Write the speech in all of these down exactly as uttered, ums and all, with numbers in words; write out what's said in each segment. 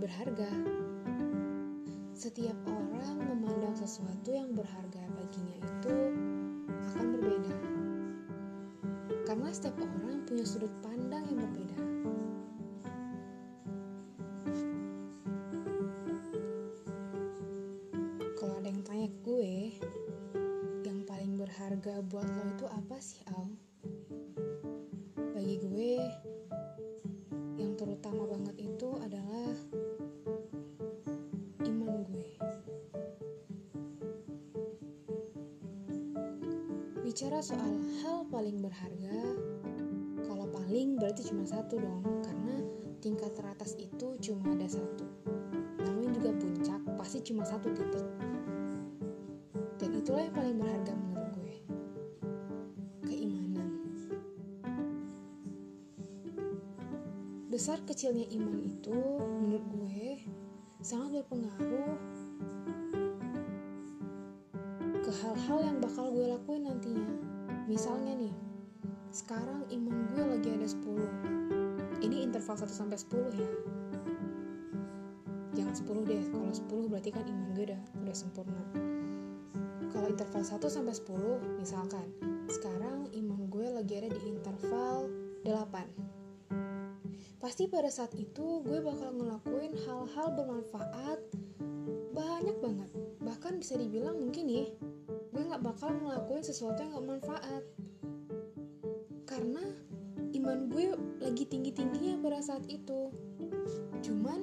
berharga. Setiap orang memandang sesuatu yang berharga baginya itu akan berbeda. Karena setiap orang punya sudut pandang yang berbeda. Kalau ada yang tanya ke gue, yang paling berharga buat lo itu apa sih, Al? Bagi gue, yang terutama banget itu adalah iman gue. Bicara soal hal paling berharga, kalau paling berarti cuma satu dong, karena tingkat teratas itu cuma ada satu. Namun juga puncak pasti cuma satu titik. Dan itulah yang paling berharga menurut gue. Keimanan. Besar kecilnya iman itu menurut gue sangat berpengaruh ke hal-hal yang bakal gue lakuin nantinya. Misalnya nih, sekarang iman gue lagi ada sepuluh. Ini interval satu sampai sepuluh ya. Jangan sepuluh deh, kalau sepuluh berarti kan iman gue udah, udah sempurna. Kalau interval satu sampai sepuluh, misalkan sekarang iman gue lagi ada di interval delapan. Pasti pada saat itu gue bakal ngelakuin hal-hal bermanfaat banyak banget. Bahkan bisa dibilang mungkin nih, gue gak bakal ngelakuin sesuatu yang gak bermanfaat. Karena iman gue lagi tinggi-tingginya pada saat itu. Cuman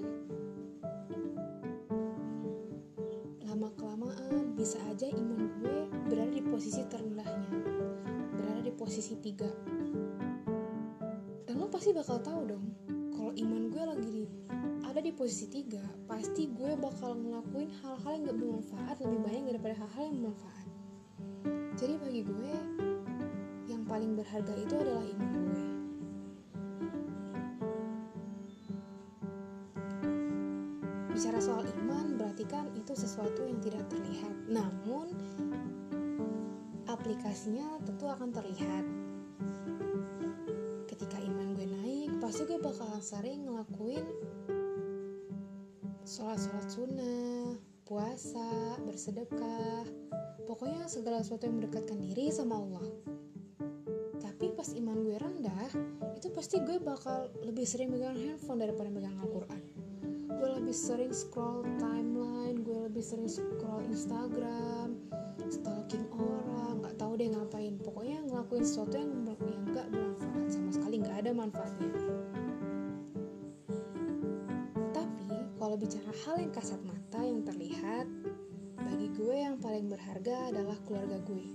lama-kelamaan bisa aja iman gue berada di posisi terendahnya, berada di posisi tiga. Dan lo pasti bakal tahu dong, kalau iman gue lagi di, ada di posisi tiga, pasti gue bakal ngelakuin hal-hal yang gak bermanfaat lebih banyak daripada hal-hal yang bermanfaat. Jadi bagi gue, yang paling berharga itu adalah iman gue. Bicara soal iman berarti kan itu sesuatu yang tidak terlihat. Namun aplikasinya tentu akan terlihat. Ketika iman gue naik, pasti gue bakalan sering ngelakuin sholat-sholat sunnah, puasa, bersedekah, pokoknya segala sesuatu yang mendekatkan diri sama Allah. Tapi pas iman gue rendah, itu pasti gue bakal lebih sering megang handphone daripada megang Al-Quran. Gue lebih sering scroll timeline, gue lebih sering scroll Instagram, stalking orang, gak tahu deh ngapain. Pokoknya ngelakuin sesuatu yang, yang gak bermanfaat, sama sekali gak ada manfaatnya. Tapi kalau bicara hal yang kasat mata yang terlihat, bagi gue yang paling berharga adalah keluarga gue.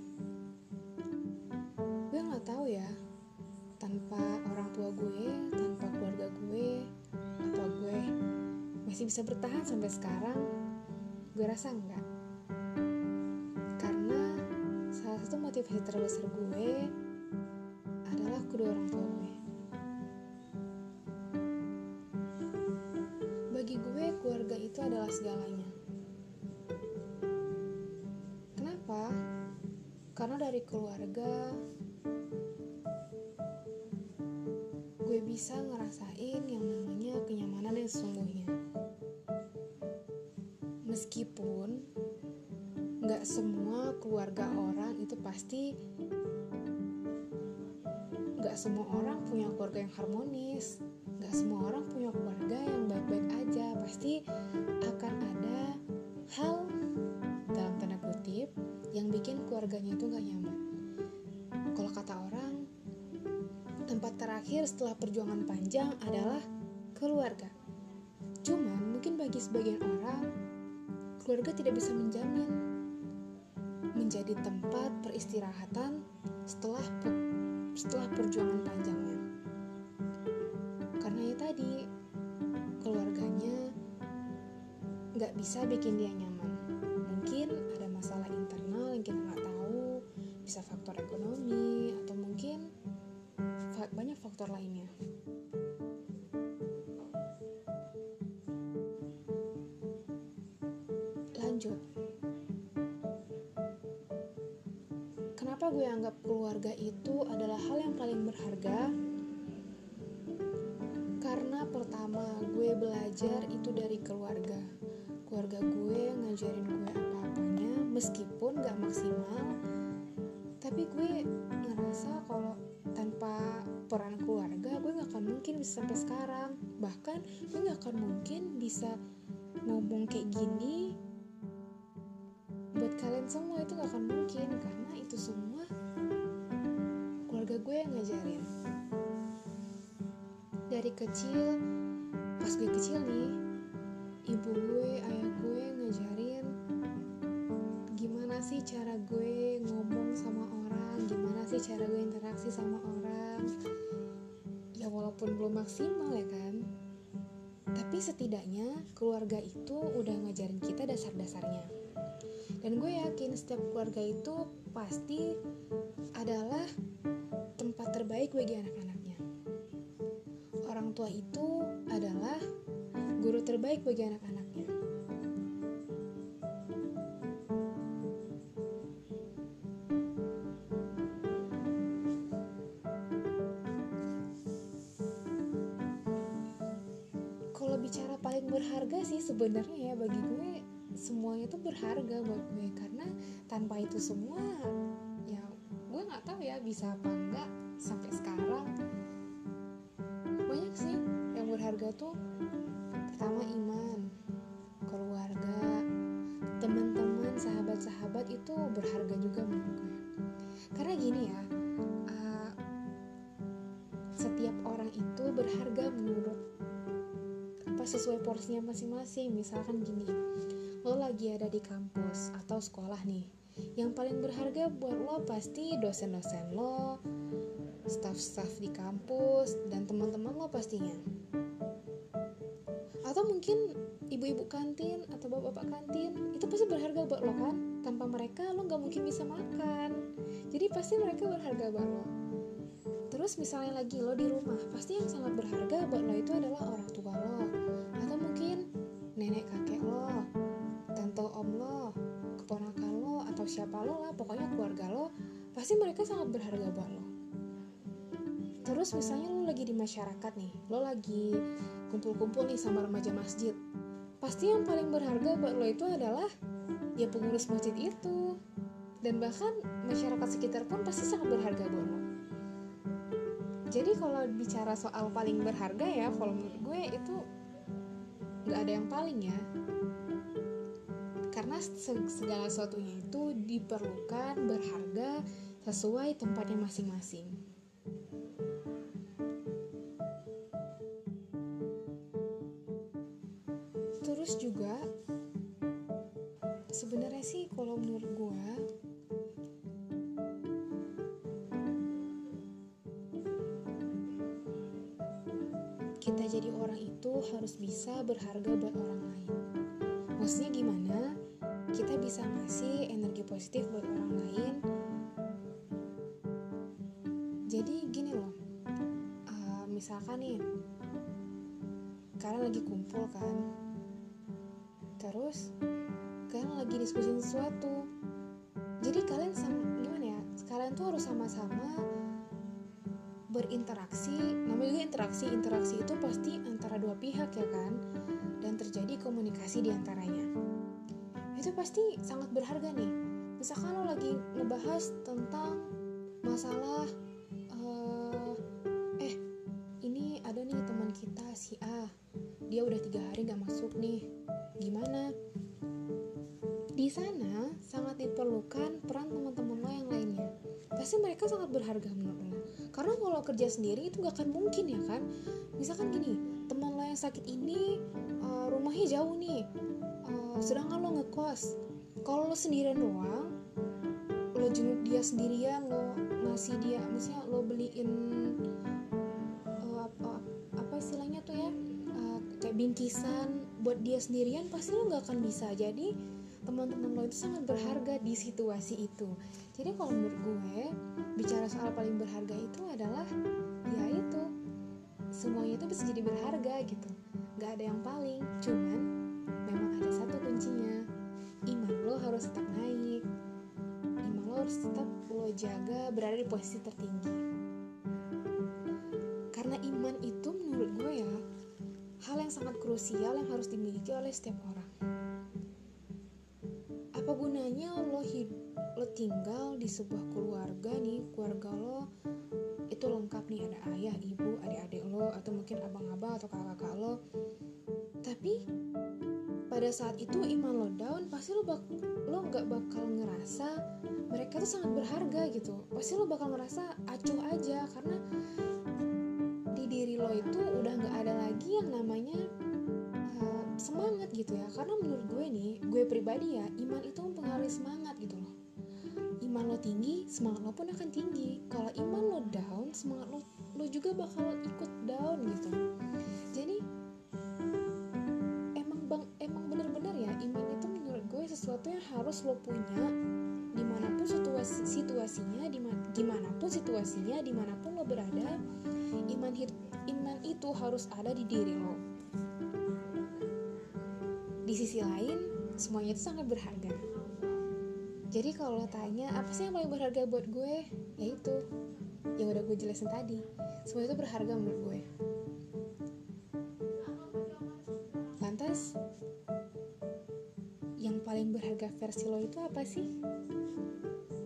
Gue gak tahu ya, tanpa orang tua gue, tanpa keluarga gue, apa gue masih bisa bertahan sampai sekarang? Gue rasa enggak. Karena salah satu motivasi terbesar gue adalah kedua orang tua gue. Bagi gue, keluarga itu adalah segalanya. Kenapa? Karena dari keluarga gue bisa ngerasain yang namanya kenyamanan yang sesungguhnya. Meskipun gak semua keluarga orang itu pasti, gak semua orang punya keluarga yang harmonis, gak semua orang punya keluarga yang baik-baik aja. Pasti akan ada hal dalam tanda kutip yang bikin keluarganya itu gak nyaman. Kalau kata orang, tempat terakhir setelah perjuangan panjang adalah keluarga. Cuman mungkin bagi sebagian orang, keluarga tidak bisa menjamin menjadi tempat peristirahatan setelah setelah perjuangan panjangnya. Karena ya tadi, keluarganya nggak bisa bikin dia nyaman. Mungkin ada masalah internal yang kita nggak tahu, bisa faktor ekonomi atau mungkin fa- banyak faktor lainnya. Lanjut. Kenapa gue anggap keluarga itu adalah hal yang paling berharga? Karena pertama, gue belajar belajar itu dari keluarga. Keluarga gue ngajarin gue apa-apanya, meskipun gak maksimal, tapi gue ngerasa kalau tanpa peran keluarga gue gak akan mungkin bisa sampai sekarang. Bahkan gue gak akan mungkin bisa ngomong kayak gini buat kalian semua, itu gak akan mungkin, karena itu semua keluarga gue yang ngajarin. Dari kecil, pas gue kecil nih, ibu gue, ayah gue ngajarin gimana sih cara gue ngomong sama orang, gimana sih cara gue interaksi sama orang. Ya walaupun belum maksimal ya kan, tapi setidaknya keluarga itu udah ngajarin kita dasar-dasarnya. Dan gue yakin setiap keluarga itu pasti adalah tempat terbaik bagi anak-anaknya. Orang tua itu adalah guru terbaik bagi anak-anaknya. Kalau bicara paling berharga sih sebenarnya ya bagi gue, semuanya tuh berharga buat gue, karena tanpa itu semua ya gue nggak tahu ya bisa apa enggak sampai sekarang. Banyak sih yang berharga tuh. Pertama iman, keluarga, teman-teman, sahabat-sahabat itu berharga juga menurut gue. Karena gini ya, uh, setiap orang itu berharga menurut apa sesuai porsinya masing-masing. Misalkan gini, lo lagi ada di kampus atau sekolah nih, yang paling berharga buat lo pasti dosen-dosen lo, staff-staff di kampus, dan teman-teman lo pastinya. Atau mungkin ibu-ibu kantin atau bapak-bapak kantin, itu pasti berharga buat lo kan. Tanpa mereka lo gak mungkin bisa makan, jadi pasti mereka berharga buat lo. Terus misalnya lagi lo di rumah, pasti yang sangat berharga buat lo itu adalah orang tua lo, atau mungkin nenek kakek lo, tante om lo, keponakan lo, atau siapa lo lah, pokoknya keluarga lo, pasti mereka sangat berharga buat lo. Terus misalnya lo lagi di masyarakat nih, lo lagi kumpul-kumpul nih sama remaja masjid, pasti yang paling berharga buat lo itu adalah ya pengurus masjid itu. Dan bahkan masyarakat sekitar pun pasti sangat berharga buat lo. Jadi kalau bicara soal paling berharga ya, kalau menurut gue itu gak ada yang paling ya. Karena segala sesuatunya itu diperlukan, berharga sesuai tempatnya masing-masing. Terus juga sebenarnya sih kalau menurut gue, kita jadi orang itu harus bisa berharga buat orang lain. Maksudnya gimana? Kita bisa ngasih energi positif buat orang lain. Jadi gini loh, uh, misalkan nih kalian lagi kumpul kan, terus kalian lagi diskusi sesuatu. Jadi kalian sama, gimana ya? Kalian tuh harus sama-sama berinteraksi. Namanya juga interaksi. Interaksi itu pasti antara dua pihak ya kan, dan terjadi komunikasi di antaranya. Itu pasti sangat berharga nih. Misalkan lo lagi ngebahas tentang masalah uh, eh ini ada nih teman kita si A, dia udah tiga hari gak masuk nih, gimana? Di sana sangat diperlukan peran teman-teman lo yang lainnya. Pasti mereka sangat berharga menurut lo. Karena kalau kerja sendiri itu gak akan mungkin ya kan. Misalkan gini, teman lo yang sakit ini uh, rumahnya jauh nih, uh, sedangkan lo ngekos. Kalau lo sendirian doang, lo jenguk dia sendirian, lo ngasih dia, misalnya lo beliin uh, apa, apa istilahnya tuh ya, uh, kayak bingkisan buat dia sendirian, pasti lo gak akan bisa. Jadi teman-teman lo itu sangat berharga di situasi itu. Jadi kalau menurut gue, bicara soal paling berharga itu adalah ya itu, semuanya itu bisa jadi berharga gitu. Gak ada yang paling, cuman memang ada satu kuncinya, iman lo harus tetap naik, iman lo harus tetap lo jaga berada di posisi tertinggi. Karena iman itu menurut gue ya hal yang sangat krusial yang harus dimiliki oleh setiap orang. Apa gunanya lo hid- lo tinggal di sebuah keluarga nih, keluarga lo itu lengkap nih, ada ayah, ibu, adik-adik lo, atau mungkin abang-abang atau kakak-kakak lo. Tapi pada saat itu iman lo down, pasti lo bak lo nggak bakal ngerasa mereka tuh sangat berharga gitu. Pasti lo bakal ngerasa acuh aja, karena di diri lo itu udah nggak ada lagi yang namanya uh, semangat gitu ya. Karena menurut gue nih, gue pribadi ya, iman itu mempengaruhi semangat gitu loh. Iman lo tinggi, semangat lo pun akan tinggi. Kalau iman lo down, semangat lo lo juga bakal ikut down gitu. Jadi emang bang emang bener-bener ya, iman itu menurut gue sesuatu yang harus lo punya dimanapun situasi situasinya, dimana, dimanapun situasinya, dimanapun lo berada. Iman hit, iman itu harus ada di diri lo. Di sisi lain, semuanya itu sangat berharga. Jadi kalau lo tanya apa sih yang paling berharga buat gue, ya itu yang udah gue jelasin tadi. Semua itu berharga menurut gue. Lantas, yang paling berharga versi lo itu apa sih?